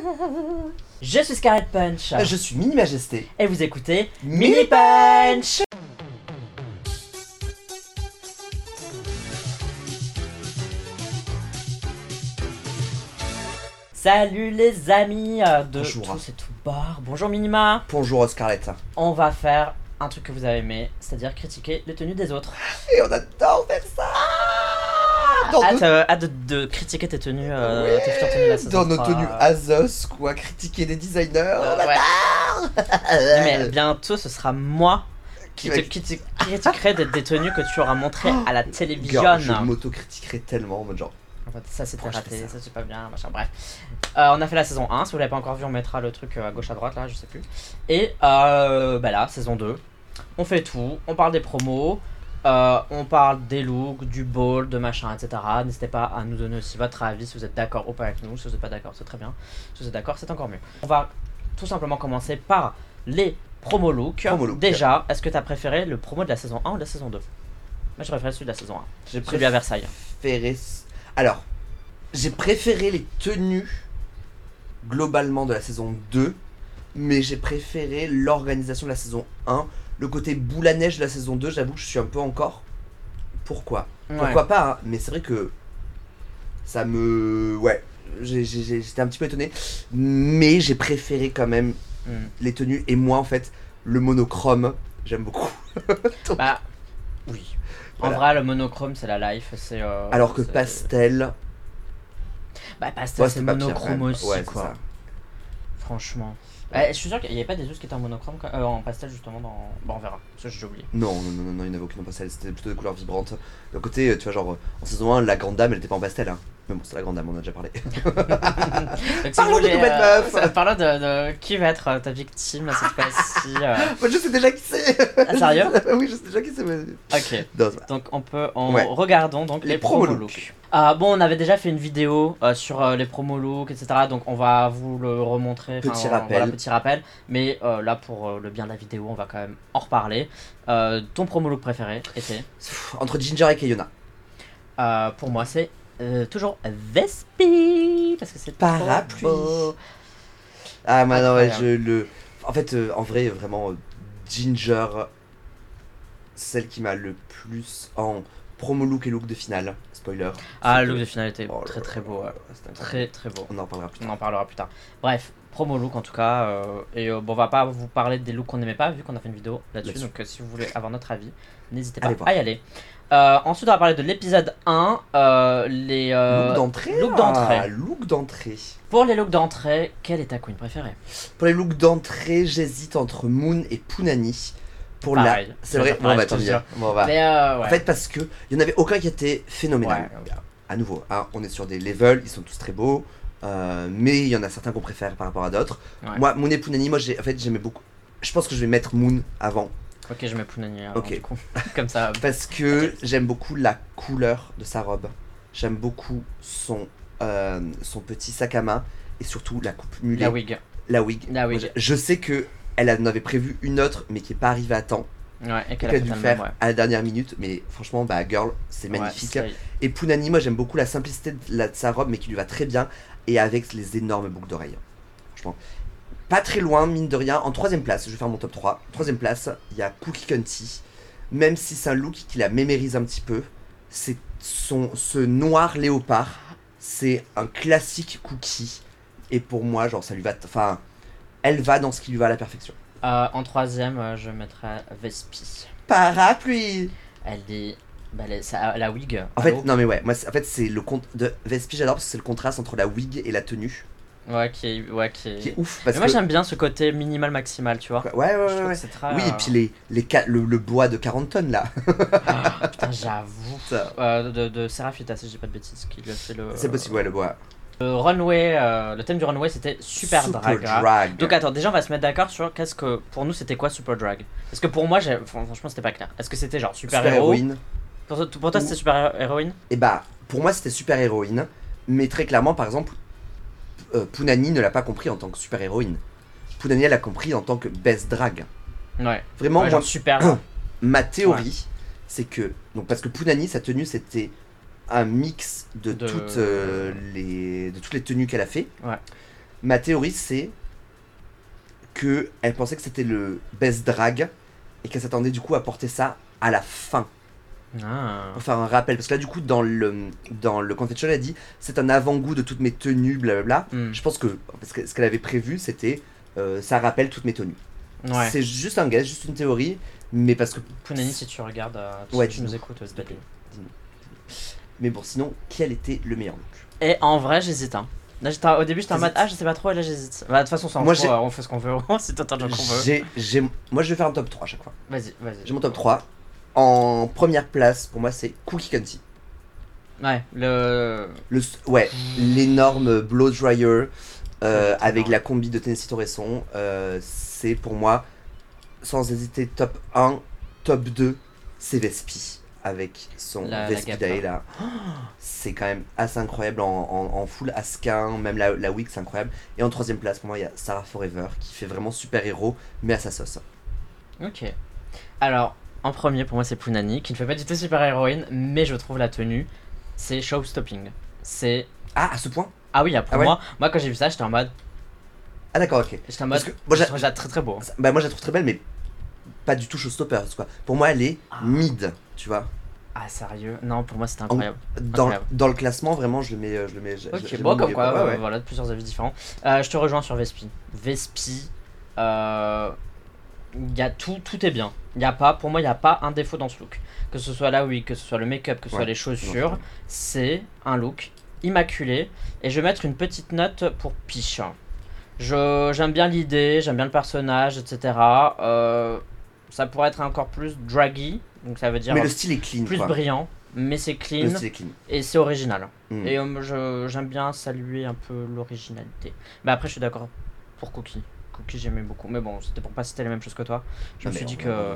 Je suis Scarlet Punch. Je suis Mini Majesté. Et vous écoutez Mini Punch. Salut les amis de Bonjour. tous et tout bord. Bonjour Minima. Bonjour Scarlett. On va faire un truc que vous avez aimé, c'est-à-dire critiquer les tenues des autres. Et on adore faire ça. Hâte de critiquer tes tenues, tes futures tenues de la saison Dans nos 3. tenues Azos, quoi, critiquer des designers. On Ouais. adore. Mais bientôt ce sera moi qui Qui critiquerai des tenues que tu auras montrées à la télévision. Girl, je m'auto-critiquerai tellement en mode genre. En fait, ça c'était Pourquoi je raté, fais ça ça c'est pas bien, machin, bref. On a fait la saison 1, si vous l'avez pas encore vu, on mettra le truc à gauche à droite là, je sais plus. Et bah là, saison 2, on fait tout, on parle des promos, on parle des looks, du ball, de machin, etc. N'hésitez pas à nous donner aussi votre avis si vous êtes d'accord ou pas avec nous. Si vous êtes pas d'accord, c'est très bien. Si vous êtes d'accord, c'est encore mieux. On va tout simplement commencer par les promo looks. Déjà, est-ce que tu as préféré le promo de la saison 1 ou de la saison 2? Moi j'ai préféré celui de la saison 1, J'ai celui à Versailles. Alors, j'ai préféré les tenues globalement de la saison 2, mais j'ai préféré l'organisation de la saison 1. Le côté boule à neige de la saison 2, j'avoue que je suis un peu encore. Pourquoi Pourquoi pas, hein, mais c'est vrai que ça me. Ouais, j'étais un petit peu étonné, mais j'ai préféré quand même les tenues, et moi en fait, le monochrome, j'aime beaucoup. Donc, Bah, oui. Voilà. En vrai, le monochrome, c'est la life. C'est, alors que c'est- pastel. Bah, pastel, Ouais, c'est pas pire, monochrome quand même. aussi, Ouais, c'est quoi. ça. Franchement. Je suis sûr qu'il n'y avait pas des us qui étaient en monochrome, en pastel, justement, dans. Bon, on verra. Ça, j'ai oublié. Non, il n'y en avait aucune en pastel, c'était plutôt des couleurs vibrantes. D'un côté, tu vois, genre, en saison 1, la grande dame, elle était pas en pastel, hein. Mais bon, c'est la grande dame, on en a déjà parlé. Donc, si Parlons vous de voulez, nouvelles meufs. parlons de qui va être ta victime cette fois-ci. Moi, je sais déjà qui c'est. Ah, sérieux? Oui, je sais déjà qui c'est, mais. Ok. Non, ça va. Donc Ouais. regardons donc les Les promo promo looks. Bon, on avait déjà fait une vidéo sur les promo looks, etc. Donc on va vous le remontrer. Petit Enfin, rappel. Voilà, petit rappel. Mais là, pour le bien de la vidéo, on va quand même en reparler. Ton promo look préféré était Entre Ginger et Kayona. pour moi, c'est toujours Vespi. Parce que c'est trop Parapluie. beau. Ah, mais non, ouais, Incroyable. En fait, en vrai, vraiment, Ginger, celle qui m'a le plus en promo look et look de finale. Spoiler. Ah, C'est le look que- de finale était Oh là très là très beau. là Ouais. là, c'était incroyable. Très très beau. On en parlera plus On tard. en parlera plus tard. Bref, promo look en tout cas. Bon, on va pas vous parler des looks qu'on n'aimait pas vu qu'on a fait une vidéo là-dessus. Là-dessus. Donc si vous voulez avoir notre avis, n'hésitez pas Allez voir. à y aller. Ensuite, on va parler de l'épisode 1. Les Look d'entrée. look d'entrée. Ah, look d'entrée. Pour les looks d'entrée, quelle est ta queen préférée? Pour les looks d'entrée, j'hésite entre Moon et Punani. Pour Pareil. la. C'est vrai. Pareil, Bon, bah, je te tant mieux. jure. Bon, on va. Mais En ouais. fait, parce que il y en avait aucun qui était phénoménal. Ouais. À nouveau, hein, on est sur des levels, ils sont tous très beaux, mais il y en a certains qu'on préfère par rapport à d'autres. Ouais. Moi, Moon et Punani, j'aimais beaucoup. Je pense que je vais mettre Moon avant, Ok, je mets Punani avant, Ok. du coup. Comme ça. parce que j'aime beaucoup la couleur de sa robe. J'aime beaucoup son petit sac à main et surtout la coupe mulet. La wig. La wig. La wig. Moi, je sais que elle en avait prévu une autre, mais qui est pas arrivée à temps. Ouais, et Qu'elle qu'elle a dû fait le le même, faire ouais. à la dernière minute, mais franchement, bah, girl, c'est magnifique. Ouais, Et Punani, moi j'aime beaucoup la simplicité de sa robe, mais qui lui va très bien, et avec les énormes boucles d'oreilles. Franchement. Pas très loin, mine de rien. En troisième place, je vais faire mon top 3. Troisième place, il y a Cookie Cunty. Même si c'est un look qui la mémérise un petit peu, c'est ce noir léopard. C'est un classique Cookie. Et pour moi, genre, ça lui va. Enfin, elle va dans ce qui lui va à la perfection. En troisième, je mettrais Vespi. Parapluie! Elle est. Bah, la wig. En fait, allô. non mais ouais, moi en fait c'est le compte de Vespi, j'adore parce que c'est le contraste entre la wig et la tenue Ouais, qui est. qui est ouf parce Mais moi que j'aime bien ce côté minimal maximal, tu vois. ouais Je ouais trouve ouais. que c'est très. Oui, et puis le bois de 40 tonnes là. Ah, putain, j'avoue. Ça, De Seraphita, si je dis pas de bêtises, qui lui a fait le. c'est possible, ouais, le bois. Le runway, le thème du runway c'était super drag. hein. drag. Donc attends, déjà on va se mettre d'accord sur qu'est-ce que. Pour nous c'était quoi super drag? Parce que pour moi, franchement c'était pas clair. Est-ce que c'était genre super, super héros? héroïne. Pour toi c'était super héroïne? Et bah pour moi c'était super héroïne, mais très clairement par exemple Punani ne l'a pas compris en tant que super héroïne. Punani elle l'a compris en tant que best drag. Ouais. Vraiment, Ouais, moi, genre super. ma théorie, c'est que donc parce que Punani sa tenue c'était un mix de toutes les tenues qu'elle a fait. Ouais. Ma théorie, c'est que elle pensait que c'était le best drag et qu'elle s'attendait du coup à porter ça à la fin Ah. pour faire un rappel. Parce que là, du coup, dans le confessional, elle a dit c'est un avant-goût de toutes mes tenues, blablabla. Hmm. Je pense que parce que ce qu'elle avait prévu, c'était ça rappelle toutes mes tenues. Ouais. C'est juste un guess, juste une théorie, mais parce que. Punani, si tu regardes, Ouais, si tu nous dis-nous. écoutes, s'il te plaît. Mais bon, sinon, quel était le meilleur look? Et en vrai, j'hésite. Hein. Là, au début, j'étais en mode, T'hésites? je sais pas trop, et là, j'hésite. Bah, de toute façon, c'est en Moi, pro, on fait ce qu'on veut. C'est totalement qu'on veut. Moi, je vais faire un top 3 à chaque fois. Vas-y. J'ai mon top 3. En première place, pour moi, c'est Cookie Cunty. Ouais, Ouais, l'énorme blow dryer avec énorme. la combi de Tennessee Torresson. C'est pour moi, sans hésiter, top 1, top 2, c'est Vespi. Avec son La Vespi Gap, Day là. C'est quand même assez incroyable en full asquin, même la wig c'est incroyable. Et en troisième place, pour moi, il y a Sarah Forever qui fait vraiment super héros, mais à sa sauce. Ok. Alors, en premier, pour moi, c'est Punani, qui ne fait pas du tout super héroïne, mais je trouve la tenue, c'est showstopping. C'est. Ah, à ce point? Ah oui, pour Ah ouais moi, quand j'ai vu ça, j'étais en mode. Ah d'accord, ok. J'étais en mode. Parce que moi, je trouve ça très très beau. Bah moi je la trouve très belle, mais pas du tout showstopper quoi. Pour moi elle est mid, tu vois. Ah, sérieux? Non, pour moi, c'était incroyable. Dans le classement vraiment je le mets. Ok, je le bon, mets comme mieux, quoi, ouais. voilà, plusieurs avis différents. Je te rejoins sur Vespi. Vespi, tout est bien. Pour moi, il n'y a pas un défaut dans ce look. Que ce soit la wig, que ce soit le make-up, que ce soit les chaussures, c'est un look immaculé. Et je vais mettre une petite note pour Piche. J'aime bien l'idée, j'aime bien le personnage, etc. Ça pourrait être encore plus draggy, donc ça veut dire mais le style est clean plus quoi. brillant, mais c'est clean. Le style est clean. Et c'est original. Mm. Et j'aime bien saluer un peu l'originalité. Mais après, je suis d'accord pour Cookie. Cookie, j'aimais beaucoup. Mais bon, c'était pour pas citer les mêmes choses que toi. Je me suis dit que.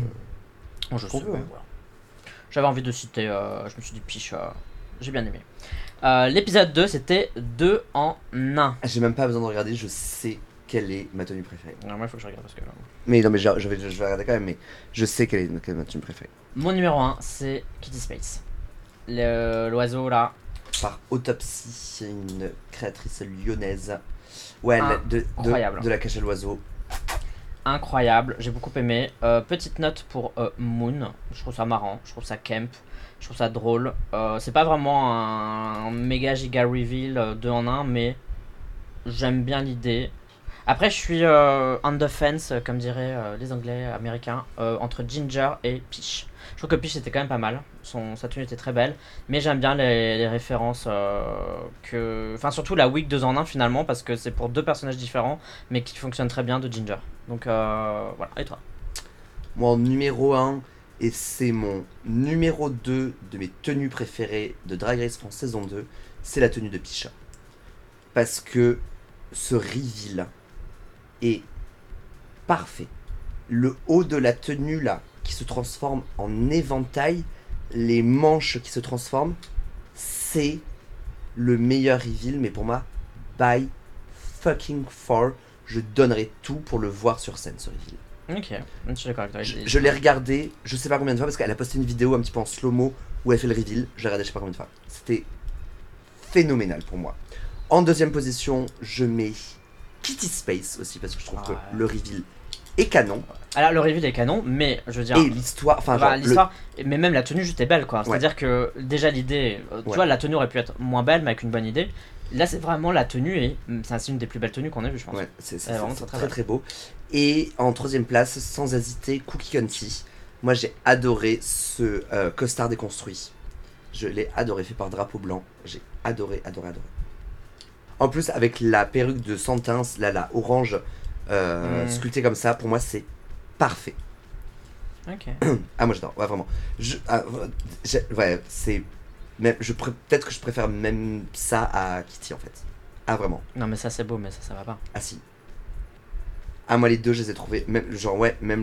Je sais, veut, hein. voilà. J'avais envie de citer. Je me suis dit, piche, j'ai bien aimé. L'épisode 2, c'était 2 en 1. J'ai même pas besoin de regarder, je sais quelle est ma tenue préférée. Non, moi, il faut que je regarde parce que. Mais non, mais je vais regarder quand même, mais je sais quelle est ma tenue préférée. Mon numéro 1, c'est Kitty Space. L'oiseau là. Par Autopsy, une créatrice lyonnaise. Ouais, Incroyable. de la cage à l'oiseau. Incroyable, j'ai beaucoup aimé. Petite note pour Moon, je trouve ça marrant, je trouve ça camp, je trouve ça drôle. C'est pas vraiment un méga giga reveal 2 en 1, mais j'aime bien l'idée. Après, je suis on the fence, comme diraient les Anglais américains, entre Ginger et Peach. Je trouve que Peach était quand même pas mal, sa tenue était très belle, mais j'aime bien les références Enfin, surtout la wig 2 en 1 finalement, parce que c'est pour deux personnages différents, mais qui fonctionnent très bien de Ginger. Donc voilà, et toi? Moi, en numéro 1, et c'est mon numéro 2 de mes tenues préférées de Drag Race France saison 2, c'est la tenue de Peach. Parce que ce reveal est parfait. Le haut de la tenue là, qui se transforme en éventail, les manches qui se transforment, c'est le meilleur reveal, mais pour moi, by fucking far, je donnerais tout pour le voir sur scène, ce reveal. Ok, je suis d'accord avec toi. Je l'ai regardé, je sais pas combien de fois, parce qu'elle a posté une vidéo un petit peu en slow-mo où elle fait le reveal. Je l'ai regardé je sais pas combien de fois. C'était phénoménal pour moi. En deuxième position, je mets Kitty Space aussi, parce que je trouve que le reveal est canon. Alors, le reveal est canon, mais je veux dire. Et l'histoire, l'histoire, mais même la tenue juste est belle quoi. C'est-à-dire que déjà l'idée, tu vois, la tenue aurait pu être moins belle, mais avec une bonne idée. Là, c'est vraiment la tenue et c'est une des plus belles tenues qu'on ait vu, je pense. Ouais, c'est vraiment très beau. Et en troisième place, sans hésiter, Cookie Cunty. Moi, j'ai adoré ce costard déconstruit. Je l'ai adoré, fait par Drapeau Blanc. J'ai adoré. En plus, avec la perruque de Santins, là, la orange, sculptée comme ça, pour moi, c'est parfait. Ok. Ah, moi, j'adore, ouais, vraiment. Ouais, c'est. Peut-être que je préfère même ça à Kitty, en fait. Ah, vraiment. Non, mais ça, c'est beau, mais ça va pas. Ah, si. Ah, moi, les deux, je les ai trouvés. Même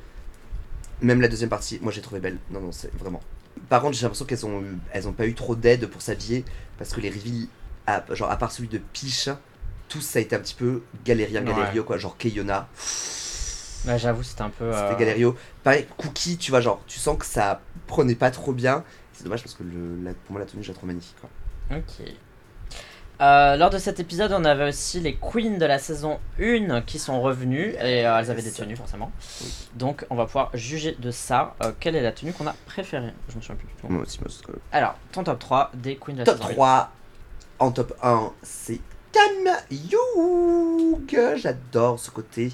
la deuxième partie, moi, j'ai trouvé belle. Non, c'est vraiment. Par contre, j'ai l'impression qu'elles ont pas eu trop d'aide pour s'habiller. Parce que les reveals, à part celui de Peach, tous ça a été un petit peu Galerio, quoi. Genre Keyona. Ouais, j'avoue, c'était un peu. C'était Galerio. Pareil, Cookie, tu vois, genre, tu sens que ça prenait pas trop bien. C'est dommage parce que pour moi, la tenue, je la trouve magnifique, quoi. Ok. Lors de cet épisode, on avait aussi les queens de la saison 1 qui sont revenues et elles avaient des tenues forcément. Oui. Donc on va pouvoir juger de ça. Quelle est la tenue qu'on a préférée? Je me souviens plus du tout. Moi aussi, Alors, ton top 3 des queens de la top saison 3. En top 1, c'est Kam Young. J'adore ce côté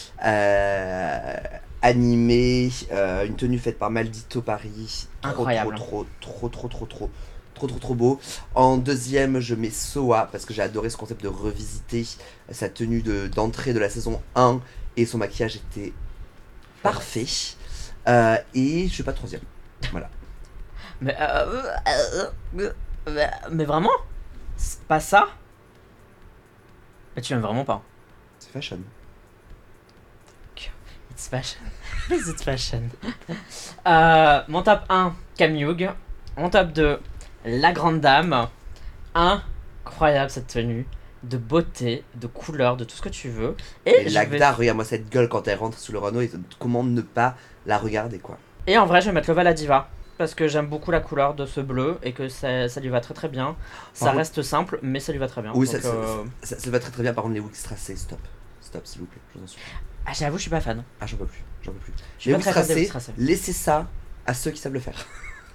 animé, une tenue faite par Maldito Paris. Incroyable. Trop beau. En deuxième, je mets Soa parce que j'ai adoré ce concept de revisiter sa tenue d'entrée de la saison 1 et son maquillage était parfait. Et je suis pas troisième. Voilà. Mais vraiment? C'est pas ça? Mais tu aimes vraiment pas? C'est fashion. It's fashion. It's fashion. Mon top 1, Kam Young. Mon top 2, La Grande Dame. Incroyable cette tenue. De beauté, de couleur, de tout ce que tu veux. Et Lagda, regarde-moi cette gueule quand elle rentre sous le Renault. Et comment ne pas la regarder, quoi. Et en vrai, je vais mettre le Valadiva. Parce que j'aime beaucoup la couleur de ce bleu et que ça lui va très très bien. Ça reste simple, mais ça lui va très bien. Oui, donc, ça lui va très très bien. Par contre, les wigs tracés, stop. Stop, s'il vous plaît, je vous en supplie. Ah, j'avoue, je suis pas fan. Ah, j'en peux plus. Je suis Les pas très fan des wigs tracés, tracés. laissez ça à ceux qui savent le faire.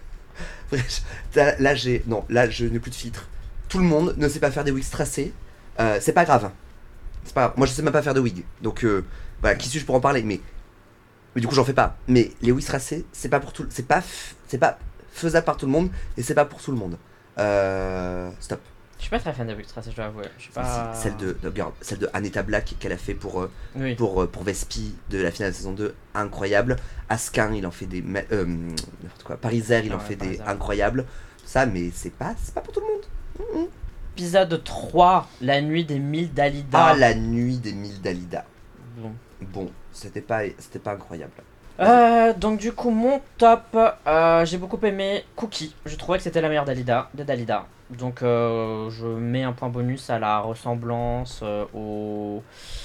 Là, je n'ai plus de filtre. Tout le monde ne sait pas faire des wigs tracés. C'est pas grave. C'est pas grave. Moi, je sais même pas faire de wig. Donc, voilà, qui suis-je pour en parler, mais du coup, j'en fais pas. Mais les wigs tracés, c'est pas pour tout. C'est pas faisable par tout le monde et c'est pas pour tout le monde. Stop. Je suis pas très fan des wigs tracés, je dois avouer. Je suis pas... Celle de Aneta Black qu'elle a fait pour Vespi de la finale de saison 2, incroyable. Askin, il en fait des n'importe quoi. Pariser, il en fait des incroyables. Ça, mais c'est pas pour tout le monde. Épisode 3, La nuit des 1000 Dalida. Ah, la nuit des 1000 Dalida. Bon, c'était pas incroyable. Donc du coup mon top, j'ai beaucoup aimé Cookie. Je trouvais que c'était la meilleure Dalida de Dalida. Donc je mets un point bonus à la ressemblance, au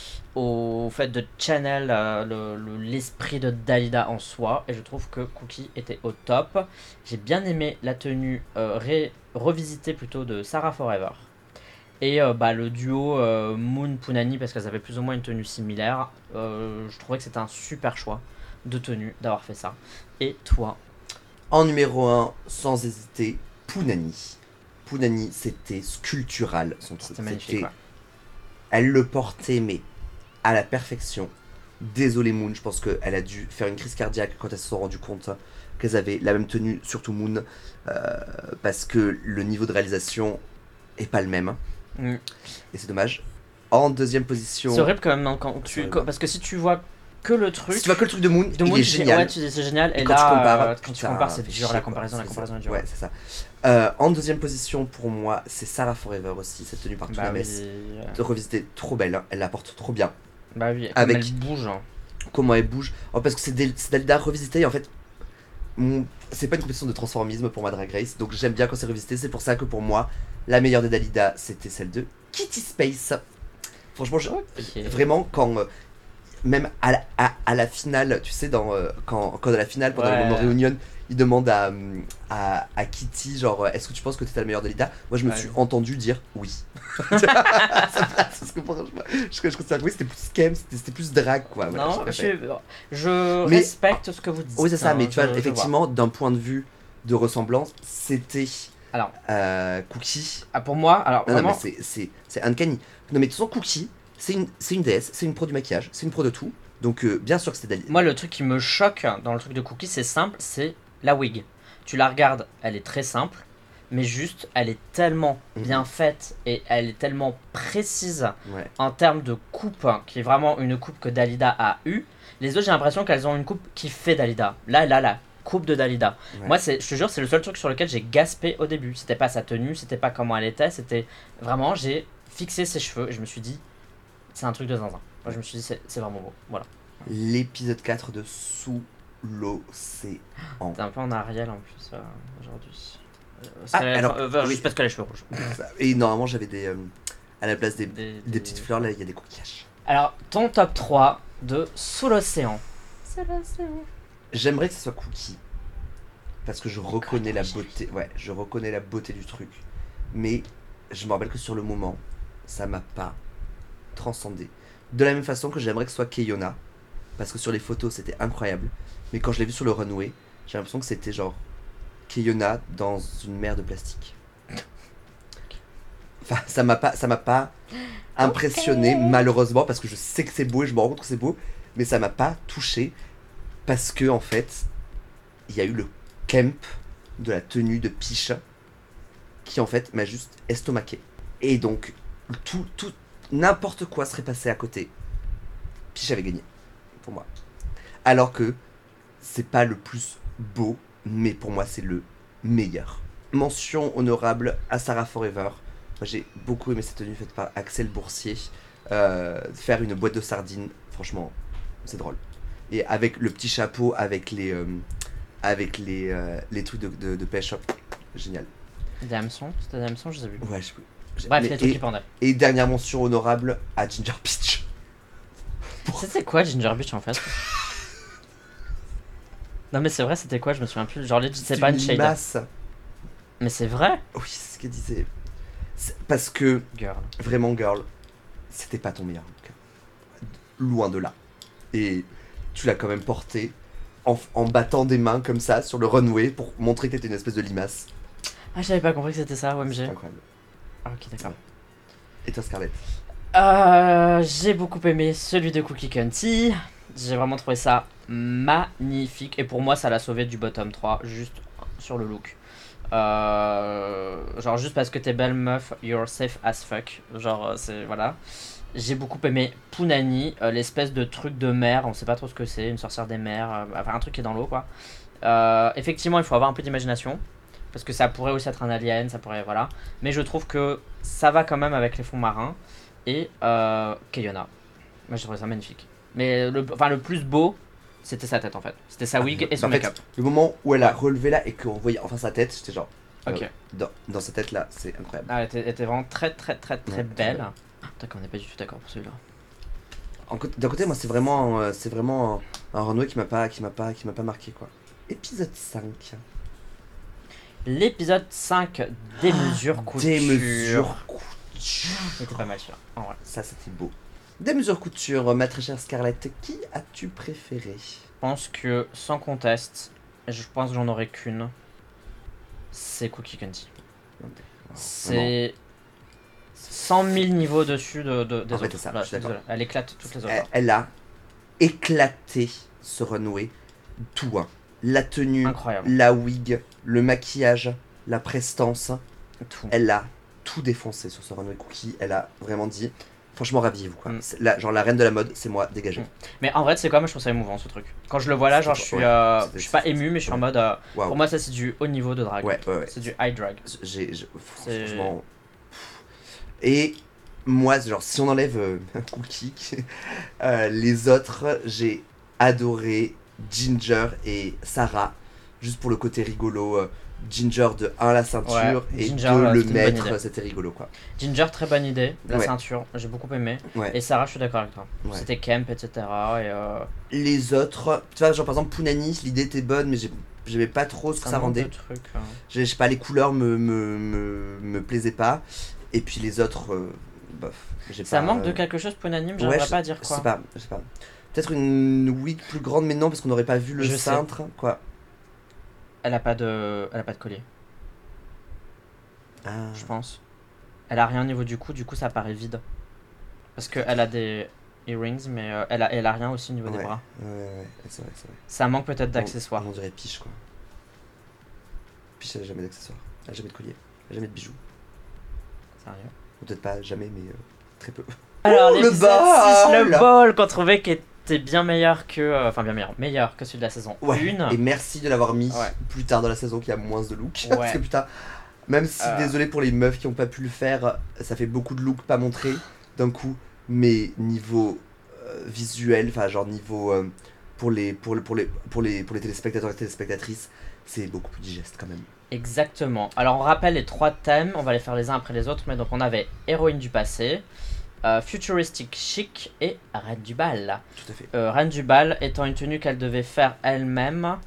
fait de channel l'esprit de Dalida en soi. Et je trouve que Cookie était au top. J'ai bien aimé la tenue revisitée plutôt de Sarah Forever. Et le duo Moon Punani, parce qu'elles avaient plus ou moins une tenue similaire. Je trouvais que c'était un super choix de tenue d'avoir fait ça. Et toi? En numéro 1, sans hésiter, Punani. Punani, c'était sculptural son truc. C'était magnifique. Ouais. Elle le portait, mais à la perfection. Désolé Moon, je pense qu'elle a dû faire une crise cardiaque quand elle se sont rendu compte qu'elles avaient la même tenue, surtout Moon, parce que le niveau de réalisation est pas le même. Et c'est dommage. En deuxième position... C'est horrible quand même, parce que si tu vois que le truc... Si tu vois que le truc de Moon, il est génial. Ouais, tu dis c'est génial, et quand là, tu compares, c'est dur, la comparaison est dure. Ouais, c'est ça. En deuxième position, pour moi, c'est Sarah Forever aussi, cette tenue par Tuna Mess. Revisitée, trop belle, elle la porte trop bien. Bah oui, avec elle bouge. Comment elle bouge. Parce que c'est Dalida revisité, et en fait, c'est pas une compétition de transformisme pour ma Drag Race, donc j'aime bien quand c'est revisité. C'est pour ça que pour moi, la meilleure des Dalida, c'était celle de Kitty Space. Franchement, vraiment, quand... même à la finale, tu sais, quand à la finale, pendant le moment réunion, il demande à Kitty, genre, est-ce que tu penses que t'étais la meilleure Dalida? Moi, je me suis entendu dire oui. Parce que je considère que oui, c'était plus scam, c'était plus drag, quoi. Voilà, non, je respecte ce que vous dites. Oui, c'est ça, mais tu vois, effectivement, d'un point de vue de ressemblance, c'était Cookie. Ah, pour moi, alors vraiment... Non, mais c'est uncanny. Non, mais de toute façon, Cookie, c'est une déesse, c'est une pro du maquillage, c'est une pro de tout. Donc bien sûr que c'était Dalida. Moi, le truc qui me choque dans le truc de Cookie, c'est simple, c'est la wig. Tu la regardes, elle est très simple, mais juste, elle est tellement bien faite et elle est tellement précise en termes de coupe, qui est vraiment une coupe que Dalida a eue. Les autres, j'ai l'impression qu'elles ont une coupe qui fait Dalida. Là, la coupe de Dalida. Moi, je te jure, c'est le seul truc sur lequel j'ai gaspé au début. C'était pas sa tenue, c'était pas comment elle était, c'était vraiment, j'ai fixé ses cheveux et je me suis dit, c'est un truc de zinzin. Moi, je me suis dit, c'est vraiment beau. Voilà. L'épisode 4 de Sous l'océan. T'es un peu en Ariel en plus aujourd'hui. Juste parce que les cheveux rouges. Et normalement, j'avais des. À la place des petites fleurs, là, il y a des coquillages. Alors, ton top 3 de Sous l'océan. J'aimerais que ce soit Cookie. Parce que je reconnais la beauté. Ouais, je reconnais la beauté du truc. Mais je me rappelle que sur le moment, ça m'a pas transcendé. De la même façon que j'aimerais que ce soit Keyona, parce que sur les photos c'était incroyable, mais quand je l'ai vu sur le runway, j'ai l'impression que c'était genre Keyona dans une mer de plastique. Enfin, ça m'a pas impressionné malheureusement parce que je sais que c'est beau et je me rends compte que c'est beau, mais ça m'a pas touché parce que en fait, il y a eu le camp de la tenue de Pisha qui en fait m'a juste estomaqué. Et donc tout n'importe quoi serait passé à côté. Pisha avait gagné pour moi. Alors que c'est pas le plus beau, mais pour moi c'est le meilleur. Mention honorable à Sarah Forever. Moi j'ai beaucoup aimé cette tenue faite par Axel Boursier. Faire une boîte de sardines, franchement, c'est drôle. Et avec le petit chapeau, avec les trucs de pêche, génial. Des hameçons, c'était des hameçons, je sais plus. Ouais, je sais plus. Bref, Mais- les trucs qui pendaient. Et dernière mention honorable à Ginger Peach. C'était quoi Ginger Beach en fait? Non mais c'est vrai, c'était quoi? Je me souviens plus. Genre, c'est pas une shade. limace. Mais c'est vrai? Oui, c'est ce qu'elle disait. Parce que, Girl. vraiment, girl, c'était pas ton meilleur look. Loin de là. Et tu l'as quand même porté en battant des mains comme ça sur le runway pour montrer que t'étais une espèce de limace. Ah, j'avais pas compris que c'était ça, C'est OMG. incroyable. Ah, ok, d'accord. Et toi, Scarlett? J'ai beaucoup aimé celui de Cookie Cunty. J'ai vraiment trouvé ça magnifique. Et pour moi, ça l'a sauvé du bottom 3, juste sur le look. Genre, juste parce que t'es belle meuf, you're safe as fuck. Genre, c'est. Voilà. J'ai beaucoup aimé Punani, l'espèce de truc de mer, on sait pas trop ce que c'est, une sorcière des mers, enfin un truc qui est dans l'eau quoi. Effectivement, il faut avoir un peu d'imagination, parce que ça pourrait aussi être un alien, ça pourrait. Voilà. Mais je trouve que ça va quand même avec les fonds marins. Et Keyona. Moi j'ai trouvé ça magnifique. Mais le plus beau, c'était sa tête en fait. C'était sa wig et son En fait, make-up. le moment où elle a relevé là et qu'on voyait enfin sa tête, j'étais genre. Ok. Dans sa tête là, c'est incroyable. Ah, elle était vraiment très Ouais, belle. D'accord, on n'est pas du tout d'accord pour celui-là. D'un côté, moi, c'est vraiment un runway qui m'a pas marqué quoi. Épisode 5. L'épisode 5 des mesures couture. Des mesures couture. C'était pas mal celui-là, en vrai. Ça, c'était beau. Des mesures couture, ma très chère Scarlett, qui as-tu préféré? Je pense que sans conteste, je pense que j'en aurais qu'une. C'est Cookie Cunty. C'est 100 000 niveaux dessus des En fait, autres. c'est ça, Là, je suis d'accord. désolé. Elle éclate toutes les autres. Elle a éclaté ce runway. Tout, hein. La tenue, Incroyable. la wig, le maquillage, la prestance. Tout. Elle a tout défoncé sur ce runway Cookie. Elle a vraiment dit, franchement, rhabillez-vous quoi. Mm. Genre la reine de la mode, c'est moi, dégagez. Mm. Mais en vrai, c'est quoi? Moi, je trouve ça émouvant ce truc. Quand je le vois là, genre, je suis pas ému, mais je suis en mode. Waouh. Pour moi, ça, c'est du haut niveau de drag. Ouais. C'est du high drag. Franchement. Et moi, genre, si on enlève Cookie, les autres, j'ai adoré Ginger et Sarah, juste pour le côté rigolo. Ginger de 1 la ceinture Ouais, et Ginger, 2 le c'était une bonne maître, idée. c'était rigolo quoi. Ginger, très bonne idée. La Ouais. ceinture, j'ai beaucoup aimé. Ouais. Et Sarah, je suis d'accord avec toi. Ouais. C'était camp, etc. Et Les autres, tu vois, genre par exemple Punani, l'idée était bonne, mais j'aimais pas trop ce que ça un manque rendait. de trucs, Je sais pas, les couleurs me plaisaient pas. Et puis les autres, bof. Ça pas, manque de quelque chose, Punanime, ouais, j'aimerais pas dire Je quoi. sais pas. Peut-être une wig plus grande, mais non, parce qu'on n'aurait pas vu le Je sais. cintre, quoi. Elle a pas de collier, Ah. je pense. Elle a rien au niveau du cou ça paraît vide. Parce qu'elle a des earrings, mais elle a rien aussi au niveau des bras. Ouais, c'est vrai. Ça manque peut-être d'accessoires. On dirait Piche, quoi. Piche, elle a jamais d'accessoires. Elle a jamais de collier. Elle a jamais de bijoux. Sérieux. Ou peut-être pas jamais, mais très peu. Alors, le l'épisode bol 6, le bol qu'on trouvait qui était bien meilleur que. Enfin, bien meilleur que celui de la saison 1. Et merci de l'avoir mis Ouais. plus tard dans la saison qui a moins de look. Ouais. Parce que putain, même si désolé pour les meufs qui ont pas pu le faire, ça fait beaucoup de looks pas montrés d'un coup. Mais niveau visuel, enfin genre niveau pour les téléspectateurs et téléspectatrices, c'est beaucoup plus digeste quand même. Exactement. Alors, on rappelle les 3 thèmes, on va les faire les uns après les autres. Mais donc, on avait héroïne du passé, futuristique chic et reine du bal. Tout à fait. Reine du bal étant une tenue qu'elle devait faire elle-même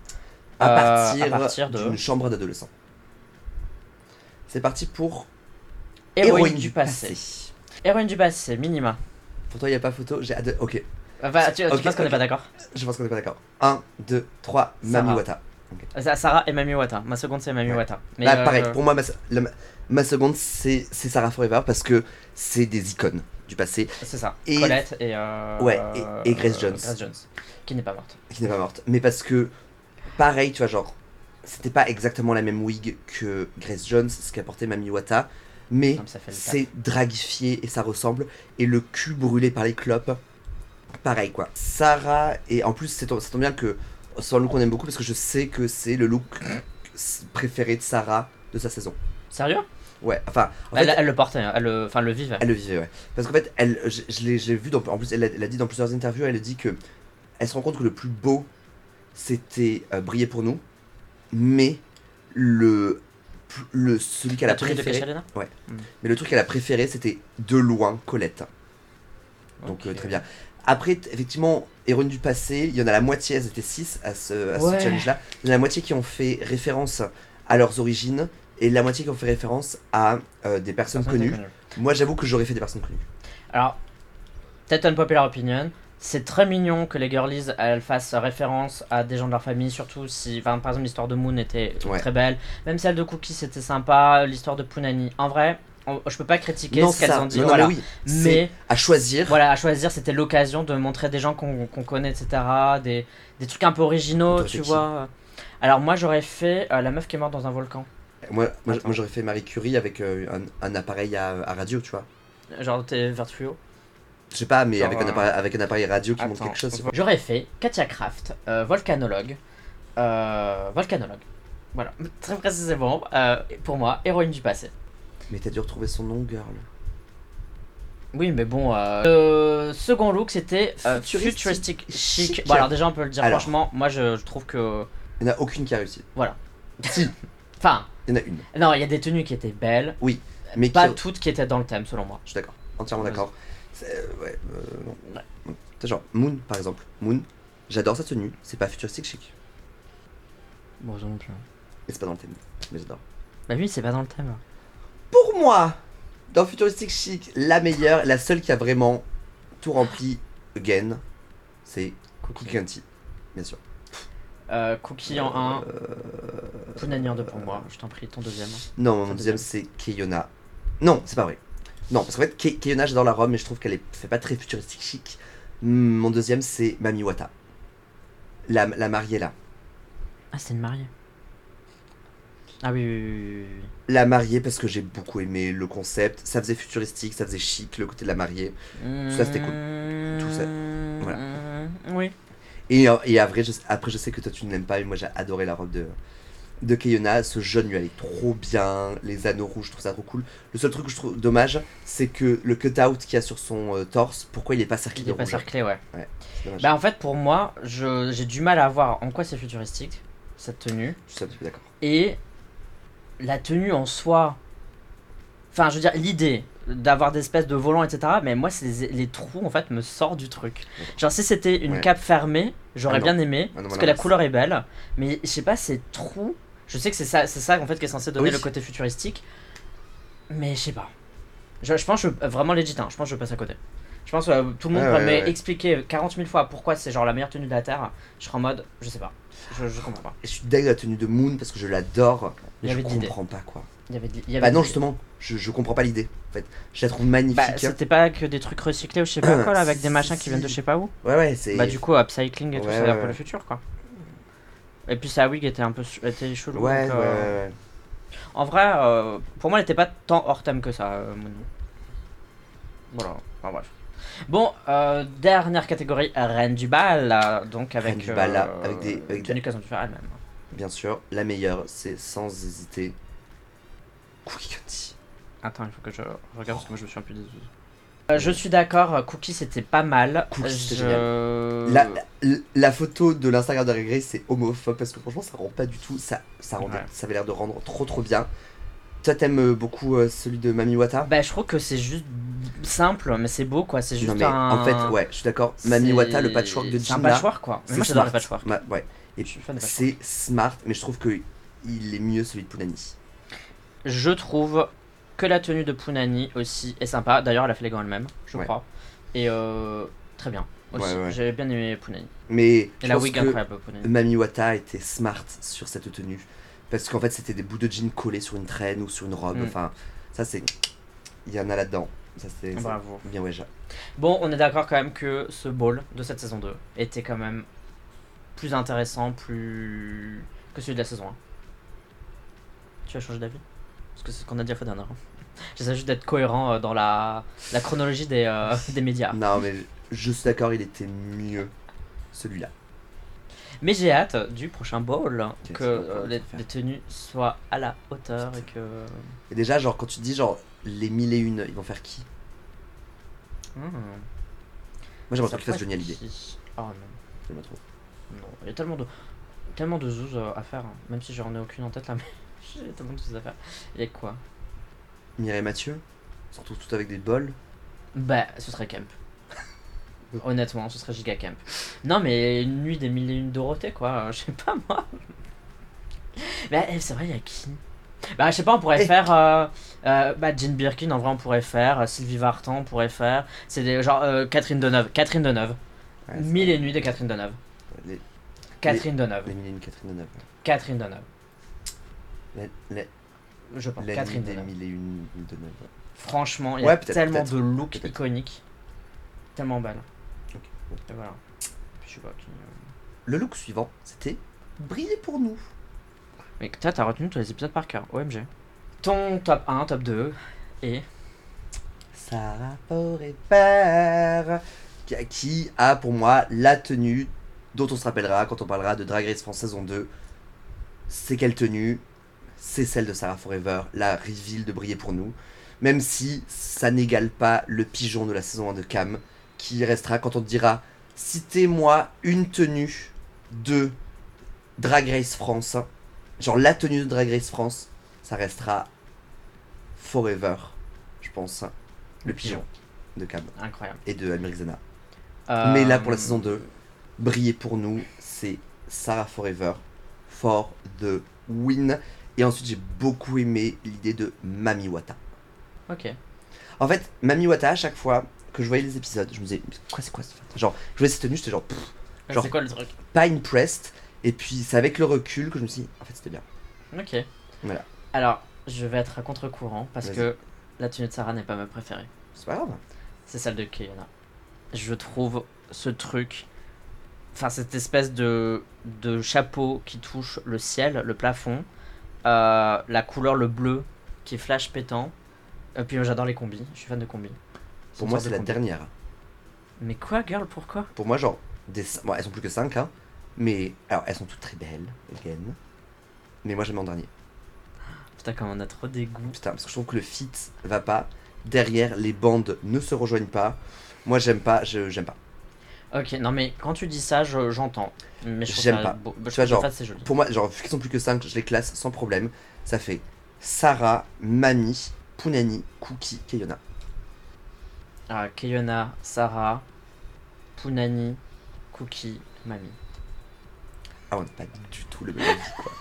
À partir d'une chambre d'adolescent. C'est parti pour Héroïne du passé. Héroïne du passé, Minima. Pour toi, il n'y a pas photo. J'ai hâte. Ok. Enfin, tu penses qu'on n'est pas d'accord? Je pense qu'on n'est pas d'accord. 1, 2, 3, Mami Wata. Okay. Sarah et Mami Wata. Ma seconde, c'est Mami Wata. Mais bah, pareil, pour moi, ma seconde, c'est Sarah Forever parce que c'est des icônes du passé. C'est ça. Et Colette et. Ouais, et Grace Jones. Grace Jones. Qui n'est pas morte. Qui n'est pas morte. Mais parce que, pareil, tu vois, genre, c'était pas exactement la même wig que Grace Jones, ce qu'a porté Mami Wata. Mais c'est dragifié et ça ressemble. Et le cul brûlé par les clopes, pareil quoi. Sarah, et en plus, ça tombe bien que c'est un look qu'on aime beaucoup parce que je sais que c'est le look préféré de Sarah de sa saison. Sérieux? Ouais, enfin. Elle le portait, elle le vivait. Elle le vivait, ouais. Parce qu'en fait, je l'ai vu, en plus, elle a dit dans plusieurs interviews, elle a dit que elle se rend compte que le plus beau, c'était Briller pour nous, mais celui qu'elle a préféré. Ouais. Mais le truc qu'elle a préféré, c'était de loin Colette. Donc très bien. Après, effectivement, Héroïne du passé, il y en a la moitié, elles étaient 6 à ce challenge-là. Il y en a la moitié qui ont fait référence à leurs origines et la moitié qui ont fait référence à des personnes connues. Moi, j'avoue que j'aurais fait des personnes connues. Alors, peut-être une popular opinion. C'est très mignon que les girlies elles fassent référence à des gens de leur famille, surtout si, par exemple, l'histoire de Moon était très belle. Même celle de Cookie, c'était sympa. L'histoire de Punani. En vrai, je peux pas critiquer ce qu'elles ont dit. Non, mais à choisir. Voilà, à choisir, c'était l'occasion de montrer des gens qu'on connaît, etc. Des trucs un peu originaux, tu vois. Alors, moi, j'aurais fait la meuf qui est morte dans un volcan. Moi j'aurais fait Marie Curie avec un appareil à radio, tu vois. Genre, t'es vertueux. Je sais pas, mais genre, avec un appareil radio qui montre quelque chose. J'aurais fait Katia Kraft, volcanologue. Volcanologue. Voilà, très précisément, pour moi, héroïne du passé. Mais t'as dû retrouver son nom, girl. Oui, mais bon, second look, c'était futuristic chic. Bon, alors déjà, on peut le dire franchement, moi je trouve que... Il n'y en a aucune qui a réussi. Voilà. Si. Enfin... Il y en a une. Non, il y a des tenues qui étaient belles. Oui, mais pas toutes qui étaient dans le thème, selon moi. Je suis d'accord, entièrement d'accord. Non. Ouais. Genre, Moon, par exemple. Moon, j'adore sa tenue, c'est pas futuristique chic. Bon, j'en ai plus. Mais c'est pas dans le thème, mais j'adore. Bah oui, c'est pas dans le thème. Pour moi, dans futuristique chic, la meilleure, la seule qui a vraiment tout rempli again, c'est Cookie Canty, bien sûr. Cookie en 1, Punani en 2 pour moi, je t'en prie, ton deuxième. Non, mon deuxième c'est Keyona. Non, c'est pas vrai. Non, parce qu'en fait, Keyona, j'adore la robe, mais je trouve qu'elle fait pas très futuristique chic. Mon deuxième, c'est Mami Wata. La mariée, là. Ah, c'est une mariée. Ah oui. La mariée, parce que j'ai beaucoup aimé le concept. Ça faisait futuristique, ça faisait chic, le côté de la mariée. Tout ça, c'était cool. Tout ça, voilà. Oui. Et après, je sais que toi, tu ne l'aimes pas, mais moi, j'ai adoré la robe de Keyona. Ce jaune lui allait trop bien, les anneaux rouges, je trouve ça trop cool. Le seul truc que je trouve dommage, c'est que le cut-out qu'il y a sur son torse, pourquoi il est pas cerclé de rouge? Il est pas cerclé, ouais. Bah en fait, pour moi, j'ai du mal à voir en quoi c'est futuristique, cette tenue. Je suis d'accord. Et la tenue en soi, enfin, je veux dire, l'idée d'avoir des espèces de volants, etc. Mais moi, les trous, en fait, me sortent du truc. Genre, si c'était une cape fermée, j'aurais bien aimé, parce que la couleur est belle. Mais je sais pas, ces trous, je sais que c'est ça en fait qui est censé donner le côté futuristique. Mais je sais pas. Je pense que vraiment legit, je pense que je passe à côté. Je pense que tout le monde pourrait m'expliquer 40 000 fois pourquoi c'est genre la meilleure tenue de la Terre. Je serais en mode, je sais pas. Je comprends pas. Et je suis dingue de la tenue de Moon parce que je l'adore, mais je comprends pas quoi. Bah non, justement, je comprends pas l'idée. En fait, je la trouve magnifique. Bah, c'était pas que des trucs recyclés ou je sais pas quoi là, avec des machins qui viennent de je sais pas où. Ouais, c'est. Bah, du coup, upcycling et tout, ça a l'air pour le futur quoi. Et puis sa wig était un peu chelou. Ouais. En vrai, pour moi, elle était pas tant hors thème que ça, Moon. Voilà, enfin bref. Bon, dernière catégorie, Reine du bal, donc avec Reine du bal, là, avec des tenues qu'elles ont dû faire elles-mêmes. Bien sûr, la meilleure, c'est sans hésiter Cookie Candy. Attends, il faut que je regarde parce que moi je me souviens plus des autres. Je suis d'accord, Cookie c'était pas mal. Cookie c'était génial. La photo de l'Instagram de Grey c'est homophobe parce que franchement ça rend pas du tout, ça avait l'air de rendre trop bien. Toi t'aimes beaucoup celui de Mami Wata? Bah je trouve que c'est juste simple mais c'est beau quoi, c'est juste en fait ouais, je suis d'accord. Mami Wata, le patchwork de Jim, c'est un patchwork quoi. Moi j'adore le patchwork. Ouais. Et puis c'est smart, mais je trouve que il est mieux celui de Punani. Je trouve que la tenue de Punani aussi est sympa. D'ailleurs, elle a fait les gants elle-même, je Ouais. crois. Et très bien aussi. Ouais. J'ai bien aimé Punani. Mais Et je la pense wig que incroyable Punani. Mami Wata était smart sur cette tenue. Parce qu'en fait, c'était des bouts de jean collés sur une traîne ou sur une robe. Mm. Enfin, ça, c'est. Il y en a là-dedans. Ça, c'est Bravo. bien, ouais. Bon, on est d'accord quand même que ce ball de cette saison 2 était quand même plus intéressant, plus que celui de la saison 1. Tu as changé d'avis? Parce que c'est ce qu'on a dit la fois dernière. J'essaie juste d'être cohérent dans la chronologie des médias. Non, mais je suis d'accord, il était mieux celui-là. Mais j'ai hâte du prochain ball, Qu'est-ce que qu'on va les faire tenues soient à la hauteur et que... Et déjà, genre, quand tu dis, genre, les 1001, ils vont faire qui? Hmm. Moi, j'aimerais Ça trop qu'ils fassent pourrait Johnny être Hallyday. qui Oh non, J'aimerais trop. non, il y a tellement de zoos à faire, hein. Même si j'en ai aucune en tête là, mais j'ai tellement de zoos à faire. Il y a quoi? Mireille Mathieu, surtout tout avec des bols. Bah, ce serait Camp. Honnêtement, ce serait giga Camp. Non, mais une nuit des 1001 Dorothée, quoi. Je sais pas, moi. Mais c'est vrai, il y a qui? Bah, je sais pas, on pourrait faire. Bah, Jane Birkin, en vrai, on pourrait faire. Sylvie Vartan, on pourrait faire. C'est des. Genre, Catherine Deneuve. Catherine Deneuve. Ouais, c'est 1000 vrai. et nuits de Catherine Deneuve. Les, Catherine Deneuve. les 1001 Catherine Deneuve. Catherine Deneuve. Les Je pense. la Catherine nuit des Deneuve. 1001 Deneuve. Franchement, il y Ouais, a peut-être, tellement peut-être. de looks Peut-être. iconiques. Tellement belle. Ok. Et voilà. Je sais pas qui. Le look suivant, c'était briller pour nous. Mais toi, t'as retenu tous les épisodes par cœur. OMG. Ton top 1, top 2 et. Sarah Forever, qui a pour moi la tenue dont on se rappellera quand on parlera de Drag Race France saison 2. C'est quelle tenue? C'est celle de Sarah Forever, la reveal de briller pour nous. Même si ça n'égale pas le pigeon de la saison 1 de Cam, qui restera quand on te dira citez-moi une tenue de Drag Race France. Genre la tenue de Drag Race France, ça restera Forever, je pense. Le pigeon de Cam Incroyable. et de Amir Xena. Mais là, pour la saison 2, briller pour nous, c'est Sarah Forever, for the win. Et ensuite, j'ai beaucoup aimé l'idée de Mami Wata. Ok. En fait, Mami Wata, à chaque fois que je voyais les épisodes, je me disais, mais c'est quoi ça? Genre, je voyais cette tenue, j'étais genre, genre, C'est quoi le truc? pas impressed. Et puis, c'est avec le recul que je me suis dit, en fait, c'était bien. Ok. Voilà. Alors, je vais être à contre-courant parce Vas-y. que la tenue de Sarah n'est pas ma préférée. C'est pas grave. C'est celle de Keyona. Je trouve ce truc. Enfin, cette espèce de chapeau qui touche le ciel, le plafond. La couleur, le bleu qui est flash pétant. Et puis j'adore les combis. Je suis fan de combis. Pour moi, c'est la dernière. Mais quoi, girl, pourquoi? Pour moi, genre, bon, elles sont plus que 5, hein. Mais, alors, elles sont toutes très belles, again. Mais moi, j'aime en dernier. Putain, comme on a trop des goûts. Putain, parce que je trouve que le fit va pas. Derrière, les bandes ne se rejoignent pas. Moi, j'aime pas, j'aime pas. Ok, non mais quand tu dis ça, j'entends. Mais je trouve J'aime ça pas. beau. Tu Je vois, trouve genre, ça, c'est joli. Pour moi, genre, vu qu'ils sont plus que 5, je les classe sans problème. Ça fait Sarah, Mami, Punani, Cookie, Keyona. Keyona, Sarah, Punani, Cookie, Mami. Ah, on n'a pas du tout le même avis, quoi.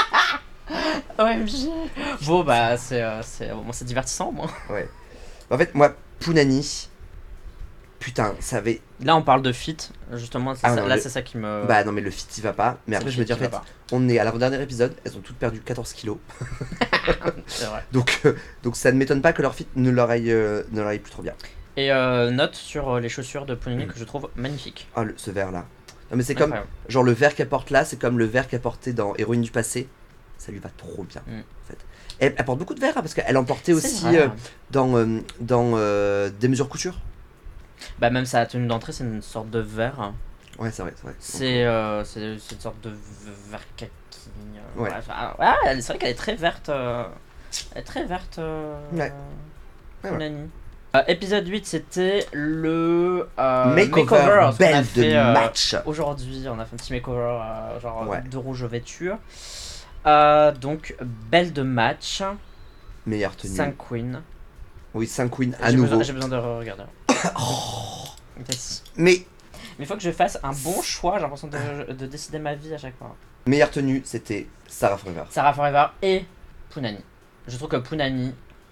OMG. Bon bah c'est divertissant au moins. Ouais. En fait, moi, Punani, putain, ça avait. Là on parle de fit, justement, Ah, non, là le- c'est ça qui me... Bah non, mais le fit, il va pas. Mais c'est après, le je me fit dis, en qui va fait, pas. on est à l'avant-dernier épisode, elles ont toutes perdu 14 kilos. C'est vrai. Donc ça ne m'étonne pas que leur fit ne leur aille plus trop bien. Et note sur les chaussures de Punani que je trouve magnifiques. Ah, ce vert là. Non, mais c'est comme. Incroyable. Genre le vert qu'elle porte là, c'est comme le vert qu'elle portait dans Héroïne du passé. Ça lui va trop bien, en fait. Elle porte beaucoup de verre, hein, parce qu'elle en portait C'est aussi vrai. dans Des mesures couture. Bah même sa tenue d'entrée c'est une sorte de vert. Ouais, c'est vrai, c'est vrai. C'est une sorte de vert kaki. Ouais. Bref, ouais, c'est vrai qu'elle est très verte. Elle est très verte. Ouais. Ouais, Punani. Épisode 8, c'était le Makeover, parce qu'on a belle fait, de match. Aujourd'hui, on a fait un petit makeover, genre Ouais. de rouge vêture. Donc, belle de match. Meilleure tenue. 5 queens. Oui, 5 queens à J'ai nouveau. besoin, j'ai besoin de regarder. Yes. Mais Mais il faut que je fasse un bon choix, j'ai l'impression de décider ma vie à chaque fois. meilleure tenue, c'était Sarah Forever. Sarah Forever et Punani. Je trouve que Punani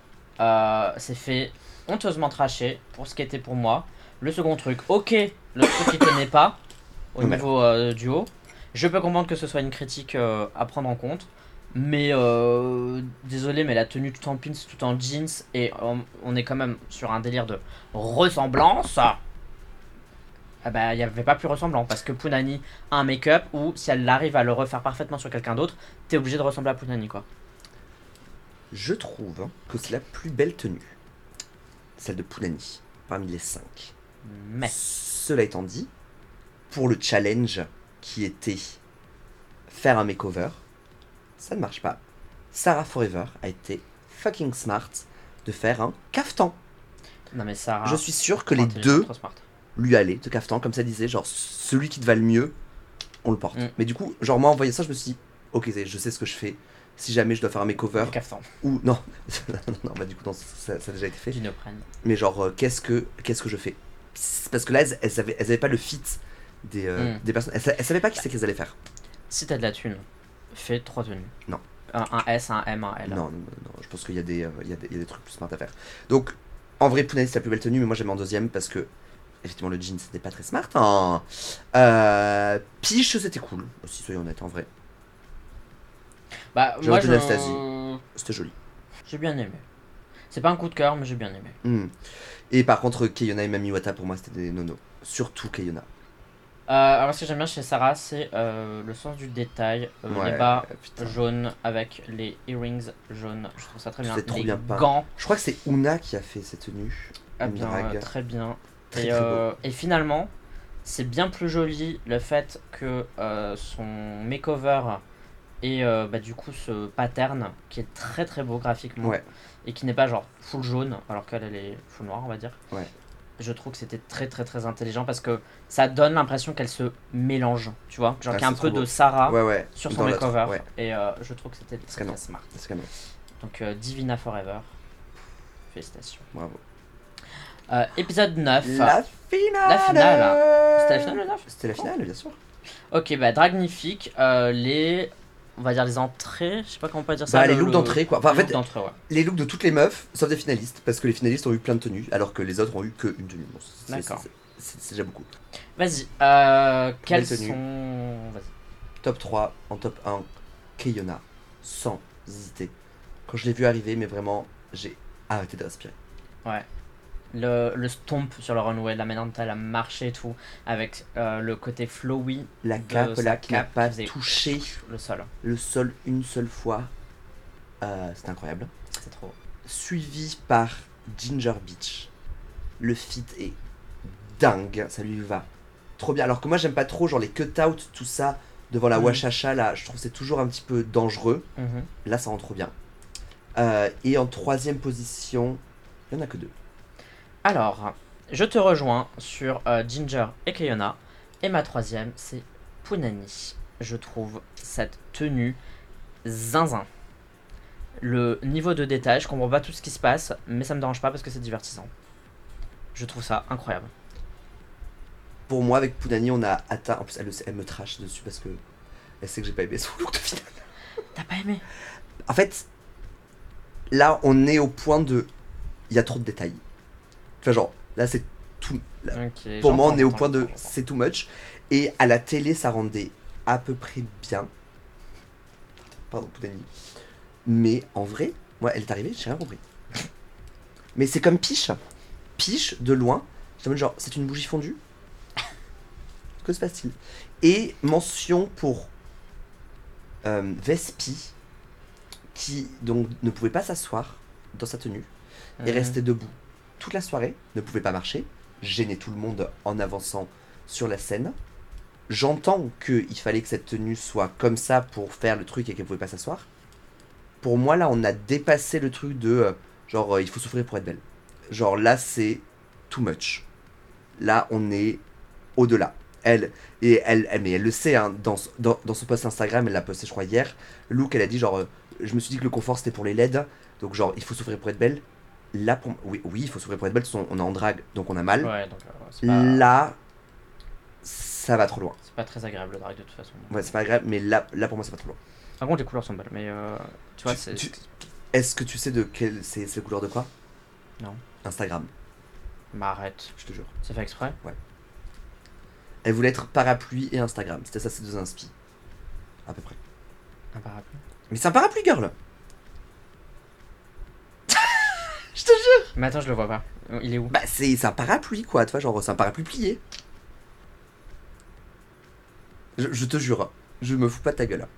s'est fait honteusement tracher pour ce qui était pour moi. Le second truc, ok, le truc qui tenait pas au Ouais. niveau du haut. Je peux comprendre que ce soit une critique à prendre en compte. Mais désolé, mais la tenue tout en pins, tout en jeans, et on est quand même sur un délire de ressemblance. Ah bah, il n'y avait pas plus ressemblant parce que Punani a un make-up où si elle arrive à le refaire parfaitement sur quelqu'un d'autre, t'es obligé de ressembler à Punani quoi. Je trouve que c'est la plus belle tenue. Celle de Punani, parmi les 5. Mais Cela étant dit, pour le challenge qui était faire un makeover, ça ne marche pas. Sarah Forever a été fucking smart de faire un caftan. non mais Sarah, Je suis sûr que trop les intelligente, deux trop smart. lui allaient de caftan, comme ça disait, genre celui qui te va le mieux, on le porte. Mm. Mais du coup, genre moi en voyant ça, je me suis dit, ok, je sais ce que je fais. Si jamais je dois faire un makeover, Le caftan, ou non, non, bah du coup non, ça a déjà été fait. du neoprène. Mais genre, qu'est-ce que je fais? Parce que là, elles avaient pas le fit des personnes. Elles savaient pas qui c'est qu'elles allaient faire. Si t'as de la thune, fais 3 tenues. Non. Un S, un M, un L. Non, je pense qu'il y a des trucs plus smart à faire. Donc, en vrai, Punani c'est la plus belle tenue, mais moi j'aime en deuxième parce que, effectivement, le jean c'était pas très smart. Hein. Piche c'était cool, aussi soyons honnêtes, en vrai. Bah J'ai moi retenu Anastasie. C'était joli. j'ai bien aimé. C'est pas un coup de cœur mais j'ai bien aimé. Et par contre, Keiona et Mamiwata pour moi c'était des nonos. Surtout Keiona. Alors ce que j'aime bien chez Sarah c'est le sens du détail, les bas putain. jaunes avec les earrings jaunes, je trouve ça très bien. C'est trop Les bien peint. gants, Je crois que c'est Una qui a fait cette tenue. ah Une bien, drague. très bien. Très, Et, très beau. et finalement, c'est bien plus joli le fait que son makeover et bah, du coup ce pattern qui est très très beau graphiquement Ouais. et qui n'est pas genre full jaune alors qu'elle elle est full noire on va dire. Ouais. Je trouve que c'était très très très intelligent parce que ça donne l'impression qu'elle se mélange, tu vois, genre Ah, qu'il y a un c'est peu trop beau. de Sarah Ouais. sur son Dans l'autre, makeover ouais. et je trouve que c'était C'est très, canon. très smart. C'est canon. Donc Divina Forever, félicitations. Bravo. Épisode 9. La finale. La finale. C'était la finale le 9? C'était la finale, bien sûr. Ok, bah Dragnifique, on va dire les entrées, je sais pas comment on peut dire ça. Bah, les looks d'entrée, quoi. Enfin, en les looks fait, d'entrée, ouais. les looks de toutes les meufs, sauf des finalistes, parce que les finalistes ont eu plein de tenues, alors que les autres ont eu que une tenue. Bon, D'accord. C'est déjà beaucoup. Vas-y, quelles Belle tenue. sont... Vas-y. Top 3, en top 1, Keiona, sans hésiter. Quand je l'ai vu arriver, mais vraiment, j'ai arrêté de respirer. Ouais. Le stomp sur le runway, la manière dont elle a marché et tout, avec le côté flowy La de cape sa là qui n'a cape pas qui faisait touché le sol. le sol une seule fois, c'était incroyable. C'est trop. Suivi par Ginger Beach. Le fit est dingue, ça lui va trop bien. Alors que moi j'aime pas trop genre les cut-out, tout ça, devant la Wachacha là, je trouve que c'est toujours un petit peu dangereux. Là ça rend trop bien. Et en troisième position, il n'y en a que 2. Alors, je te rejoins sur Ginger et Keiona. Et ma troisième, c'est Punani. Je trouve cette tenue zinzin. Le niveau de détail, je comprends pas tout ce qui se passe, mais ça me dérange pas parce que c'est divertissant. Je trouve ça incroyable. Pour moi avec Punani on a atteint, en plus elle me trash dessus parce que elle sait que j'ai pas aimé son look de finale. T'as pas aimé? En fait, là on est au point de, il y a trop de détails. Enfin genre, là c'est tout. Là, Okay, pour moi on est au j'entends, point de, j'entends. c'est too much. Et à la télé ça rendait à peu près bien. Pardon Punani. Mais en vrai, moi elle est arrivée, j'ai rien compris. Mais c'est comme Piche. Piche de loin, je me dis genre, c'est une bougie fondue. Que se passe-t-il? Et mention pour Vespi, qui donc ne pouvait pas s'asseoir dans sa tenue et restait debout toute la soirée, ne pouvait pas marcher, gênait tout le monde en avançant sur la scène. J'entends qu'il fallait que cette tenue soit comme ça pour faire le truc et qu'elle pouvait pas s'asseoir. Pour moi là on a dépassé le truc de genre il faut souffrir pour être belle. Genre là c'est too much. Là on est au-delà. Mais elle le sait, hein, dans son post Instagram, elle l'a posté, je crois, hier. Le look, elle a dit, genre, je me suis dit que le confort c'était pour les LED, donc, genre, il faut souffrir pour être belle. Là, oui, il faut souffrir pour être belle, parce qu'on est en drague, donc on a mal. Ouais, donc c'est pas... Là, ça va trop loin. C'est pas très agréable le drag de toute façon. Ouais, c'est pas grave, mais là pour moi, ça va trop loin. Par contre, les couleurs sont belles, mais tu vois, c'est. Est-ce que tu sais de quelle c'est la couleur de quoi? Non. Instagram, Bah arrête. je te jure. C'est fait exprès? Elle voulait être parapluie et Instagram. C'était ça ses deux inspi. À peu près. Un parapluie. Mais c'est un parapluie, girl. Je te jure. Mais attends, je le vois pas. Il est où? Bah c'est un parapluie quoi, tu vois, genre c'est un parapluie plié. Je te jure, je me fous pas de ta gueule.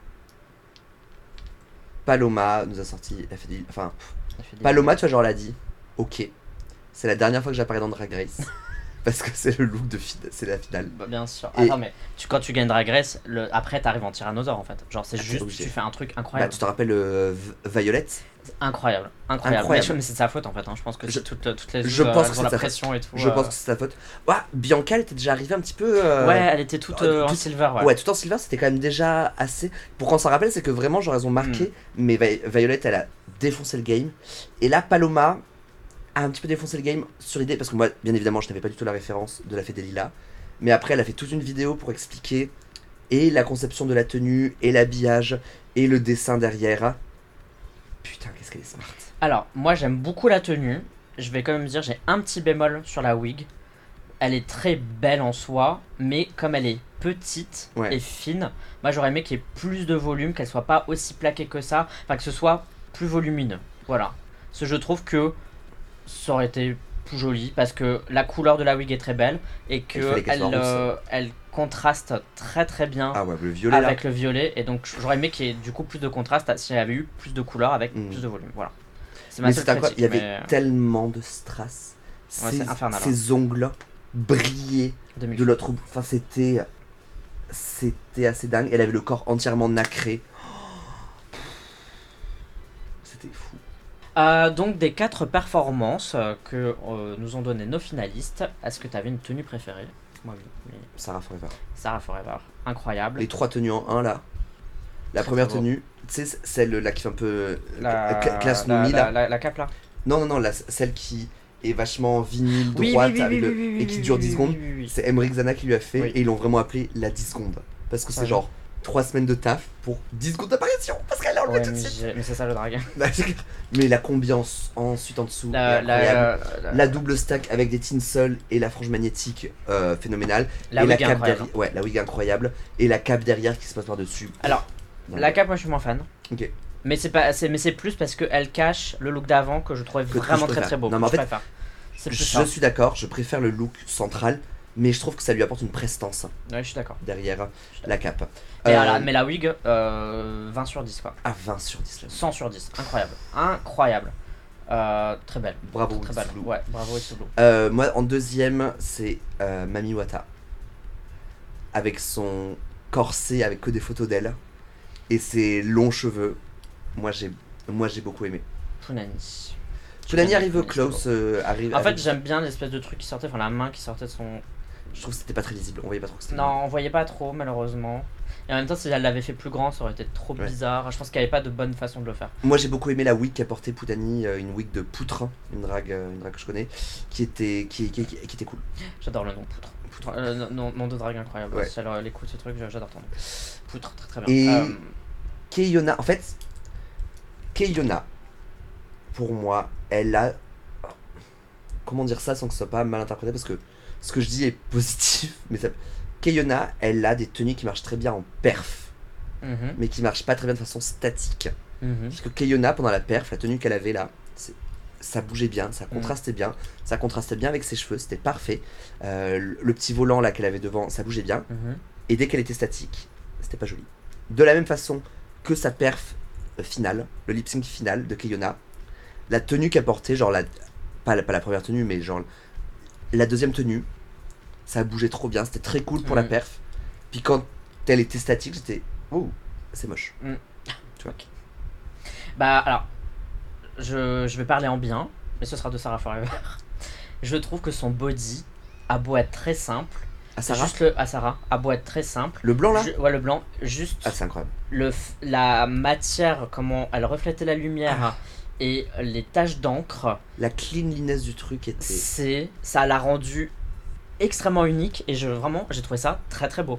Paloma nous a sorti, elle fait des... Enfin, Il fait des- Paloma, tu vois, genre elle a dit, ok, c'est la dernière fois que j'apparais dans Drag Race. Parce que c'est le look de c'est la finale. Bah, bien sûr. Et- Attends, mais quand tu gagnes Drag Race, après t'arrives en tyrannosaure en fait. Genre, c'est Ah, t'es juste, obligé. tu fais un truc Bah incroyable. tu te rappelles Violette? Incroyable. Incroyable. Mais c'est de sa faute en fait. Hein. Je pense que Je- c'est toutes les je autres, pense elles que ont c'est la sa faute. pression et tout. Je pense que c'est sa faute. Ouais, Bianca elle était déjà arrivée un petit peu... Ouais, elle était toute en tout- silver. Ouais. Ouais, tout en silver, c'était quand même déjà assez. Pour qu'on s'en rappelle, c'est que vraiment, genre, elles ont marqué, mais Violette, elle a défoncé le game. Et là, Paloma a un petit peu défoncé le game sur l'idée, parce que moi, bien évidemment, je n'avais pas du tout la référence de la Fée des Lilas. Mais après, elle a fait toute une vidéo pour expliquer et la conception de la tenue, et l'habillage, et le dessin derrière. Putain, qu'est-ce qu'elle est smart. Alors, moi j'aime beaucoup la tenue. Je vais quand même dire, j'ai un petit bémol sur la wig. Elle est très belle en soi, mais comme elle est petite Ouais. et fine, moi j'aurais aimé qu'il y ait plus de volume, qu'elle soit pas aussi plaquée que ça, enfin que ce soit plus volumineux. Voilà. Je trouve que ça aurait été plus joli parce que la couleur de la wig est très belle et que Il fallait qu'elle soit rousse. elle contraste très très bien Ah ouais, le violet là. avec le violet, et donc j'aurais aimé qu'il y ait du coup plus de contraste si elle avait eu plus de couleurs avec Mm. plus de volume. Voilà. C'est ma Mais seule c'est quoi? critique. Il y avait mais- tellement de strass. Ouais, c'est infernal, hein. Ses ongles brillaient Demi- de l'autre bout. Enfin, c'était assez dingue. Elle avait le corps entièrement nacré. C'était fou. Donc des 4 performances que nous ont donné nos finalistes, est-ce que tu avais une tenue préférée? Moi oui, mais Sarah Forever. Sarah Forever, incroyable. Les 3 tenues en un là. La Très, première très beau. tenue, tu sais, celle là qui fait un peu La, classe la, Nomi là. la cape là. Non, celle qui est vachement vinyle Oui, droite oui, oui, avec oui, le- oui, oui, et qui oui, dure oui, 10 oui, secondes. oui, oui, oui. C'est Emmerich Zana qui lui a fait Oui. et ils l'ont vraiment appelé la 10 secondes. Parce que Ça, c'est je- genre 3 semaines de taf pour 10 secondes d'apparition. Parce qu'elle a enlevé Ouais, tout de mais, suite. mais c'est ça le drag. Mais la combiance ensuite en dessous La, est incroyable. la, La double stack avec des tinsel et la frange magnétique phénoménale. la et wig la est cape incroyable. derrière, ouais, la wig incroyable. Et la cape derrière qui se passe par dessus. Alors, la cape, moi je suis moins fan. Ok. Mais c'est plus parce qu'elle cache le look d'avant que je trouvais Que vraiment je très préfère. très beau. Non, mais en Je fait, préfère. C'est plus Je ça. suis d'accord, je préfère le look central, mais je trouve que ça lui apporte une prestance Ouais, je suis d'accord. derrière la cape. Mais la wig, 20 sur 10 quoi. À 20 sur 10 là. 100 sur 10, incroyable. Incroyable. Très belle. Bravo, Très belle. Itsulu. Ouais, bravo Itsulu. Moi, en deuxième, c'est Mami Wata. Avec son corset, avec que des photos d'elle. Et ses longs cheveux. Moi, j'ai beaucoup aimé. Punani. Fulani arrive Punani, close. En fait, j'aime bien l'espèce de truc qui sortait, enfin la main qui sortait de son. Je trouve que c'était pas très lisible. On voyait pas trop que c'était. Non, on voyait pas trop, malheureusement. Et en même temps, si elle l'avait fait plus grand, ça aurait été trop Ouais. bizarre. Je pense qu'il n'y avait pas de bonne façon de le faire. Moi, j'ai beaucoup aimé la wig qu'a portée Putani, une wig de poutre, une drague que je connais, qui était cool. J'adore le nom, Poutre. Poutre. Nom de drague incroyable. Ouais. Si elle écoute ce truc, j'adore ton nom. Poutre, très très bien. Et Keiona, en fait, Keiona, pour moi, elle a. Comment dire ça sans que ce soit pas mal interprété, parce que ce que je dis est positif, mais ça. Keiona, elle a des tenues qui marchent très bien en perf, Mhm, mais qui marchent pas très bien de façon statique. mhm. Parce que Keiona, pendant la perf, la tenue qu'elle avait là, ça bougeait bien, ça contrastait bien, ça contrastait bien avec ses cheveux, c'était parfait. Le petit volant là qu'elle avait devant, ça bougeait bien. Mhm. Et dès qu'elle était statique, c'était pas joli. De la même façon que sa perf finale, le lip sync final de Keiona, la tenue qu'elle portait, genre pas la première tenue, mais genre la deuxième tenue, ça bougeait trop bien, c'était très cool pour la Mhm. perf. Puis quand elle était statique, j'étais oh, c'est moche. Bah alors, je vais parler en bien, mais ce sera de Sarah Forever. Je trouve que son body a beau être très simple. Ah, Sarah, Juste à Sarah, a beau être très simple. le blanc là. Ouais, le blanc, juste Ah, c'est incroyable. la matière, comment elle reflétait la lumière et les taches d'encre, La cleanliness du truc était. ça l'a rendu extrêmement unique et j'ai trouvé ça très très beau.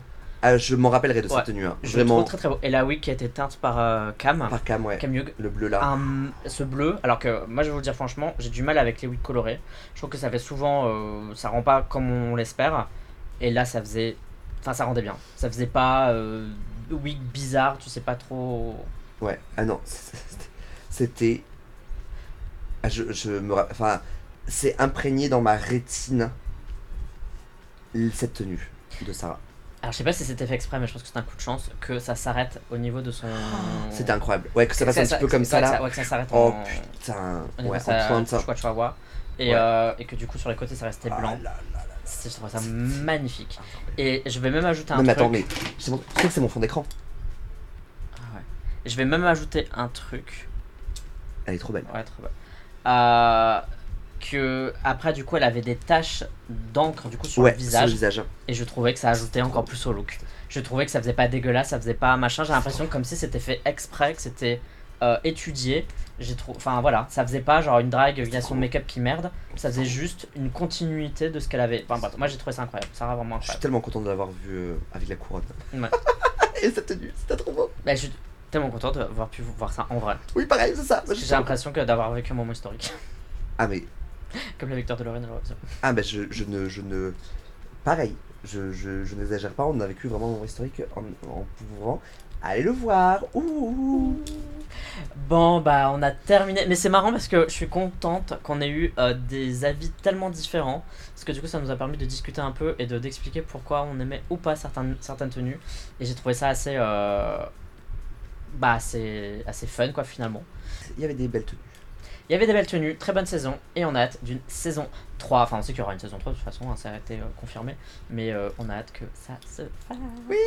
Ah, je m'en rappellerai de Ouais. cette tenue. Hein. Je le trouve Vraiment. très très beau. Et la wig qui a été teinte par Cam. Par Cam, ouais. Cam Hughes. Le bleu là. Ce bleu, alors que moi je vais vous le dire franchement, j'ai du mal avec les wigs colorés. Je trouve que ça fait souvent, ça rend pas comme on l'espère. Et là ça faisait, enfin ça rendait bien. Ça faisait pas wig bizarre, tu sais pas trop. Ouais. Ah non. C'était. Ah, enfin, c'est imprégné dans ma rétine cette tenue de Sarah. Alors je sais pas si c'était fait exprès, mais je pense que c'est un coup de chance que ça s'arrête au niveau de son. C'était incroyable. Ouais, que ça passe un petit peu comme ça là. Ouais, que ça s'arrête Oh en. putain. au niveau Ouais, de sa en pointe ça. couche, tu vas voir. Et, Ouais. et que du coup sur les côtés ça restait Ah blanc. là là là. Je trouve ça magnifique. Et je vais même ajouter un Non mais truc. attends, mais tu sais que c'est mon fond d'écran. Ah ouais. Je vais même ajouter un truc. Elle est trop belle. Ouais, très bien. Que après, du coup, elle avait des taches d'encre du coup sur Ouais, le sur visage. le visage. Et je trouvais que ça ajoutait encore plus au look. Je trouvais que ça faisait pas dégueulasse, ça faisait pas machin. J'ai l'impression comme si c'était fait exprès, que c'était étudié. Enfin voilà, ça faisait pas genre une drague via son make-up qui merde. Ça faisait juste une continuité de ce qu'elle avait. Enfin, bref, moi j'ai trouvé ça incroyable. Ça va vraiment Je suis incroyable. tellement content de l'avoir vu avec la couronne. Ouais. Et cette tenue, c'était trop beau. Bah, je suis tellement content d'avoir pu voir ça en vrai. Oui, pareil, c'est ça. Parce que j'ai l'impression d'avoir vécu un moment historique. Ah mais Comme la victoire de Lorraine à l'Eurovision. ah bah je ne pareil. Je n'exagère pas. On a vécu vraiment un moment historique en pouvant aller le voir. Ouh. Bon bah on a terminé, mais c'est marrant parce que je suis contente qu'on ait eu des avis tellement différents, parce que du coup ça nous a permis de discuter un peu et d'expliquer pourquoi on aimait ou pas certaines tenues, et j'ai trouvé ça assez assez fun quoi finalement. Il y avait des belles tenues. Il y avait des belles tenues, très bonne saison, et on a hâte d'une saison 3, enfin on sait qu'il y aura une saison 3 de toute façon, hein, ça a été confirmé, mais on a hâte que ça se fasse. Oui.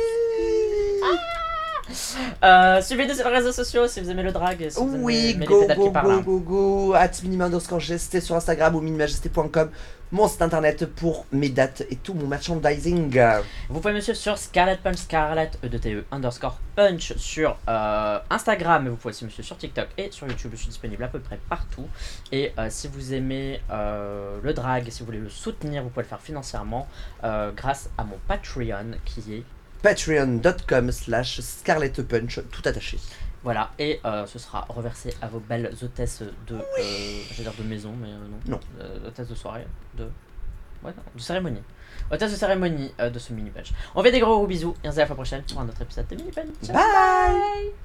Suivez-nous sur les réseaux sociaux si vous aimez le drag, si vous Oui, aimez les go pétales go qui parlent. go go go @minima_gesté sur Instagram ou minimajesté.com, mon site internet pour mes dates et tout mon merchandising. Vous pouvez me suivre sur Scarlet Punch, Scarlet _punch sur Instagram, mais vous pouvez aussi me suivre sur TikTok et sur YouTube. Je suis disponible à peu près partout. Et si vous aimez le drag, si vous voulez le soutenir, vous pouvez le faire financièrement grâce à mon Patreon qui est. patreon.com/scarletpunch, tout attaché. Voilà, et ce sera reversé à vos belles hôtesses de. J'allais dire de maison, mais non. Non. Hôtesses de soirée. Ouais, non, de cérémonie. Hôtesse de cérémonie de ce mini punch. On fait des gros bisous et on se dit à la fois prochaine pour un autre épisode de mini punch. Bye.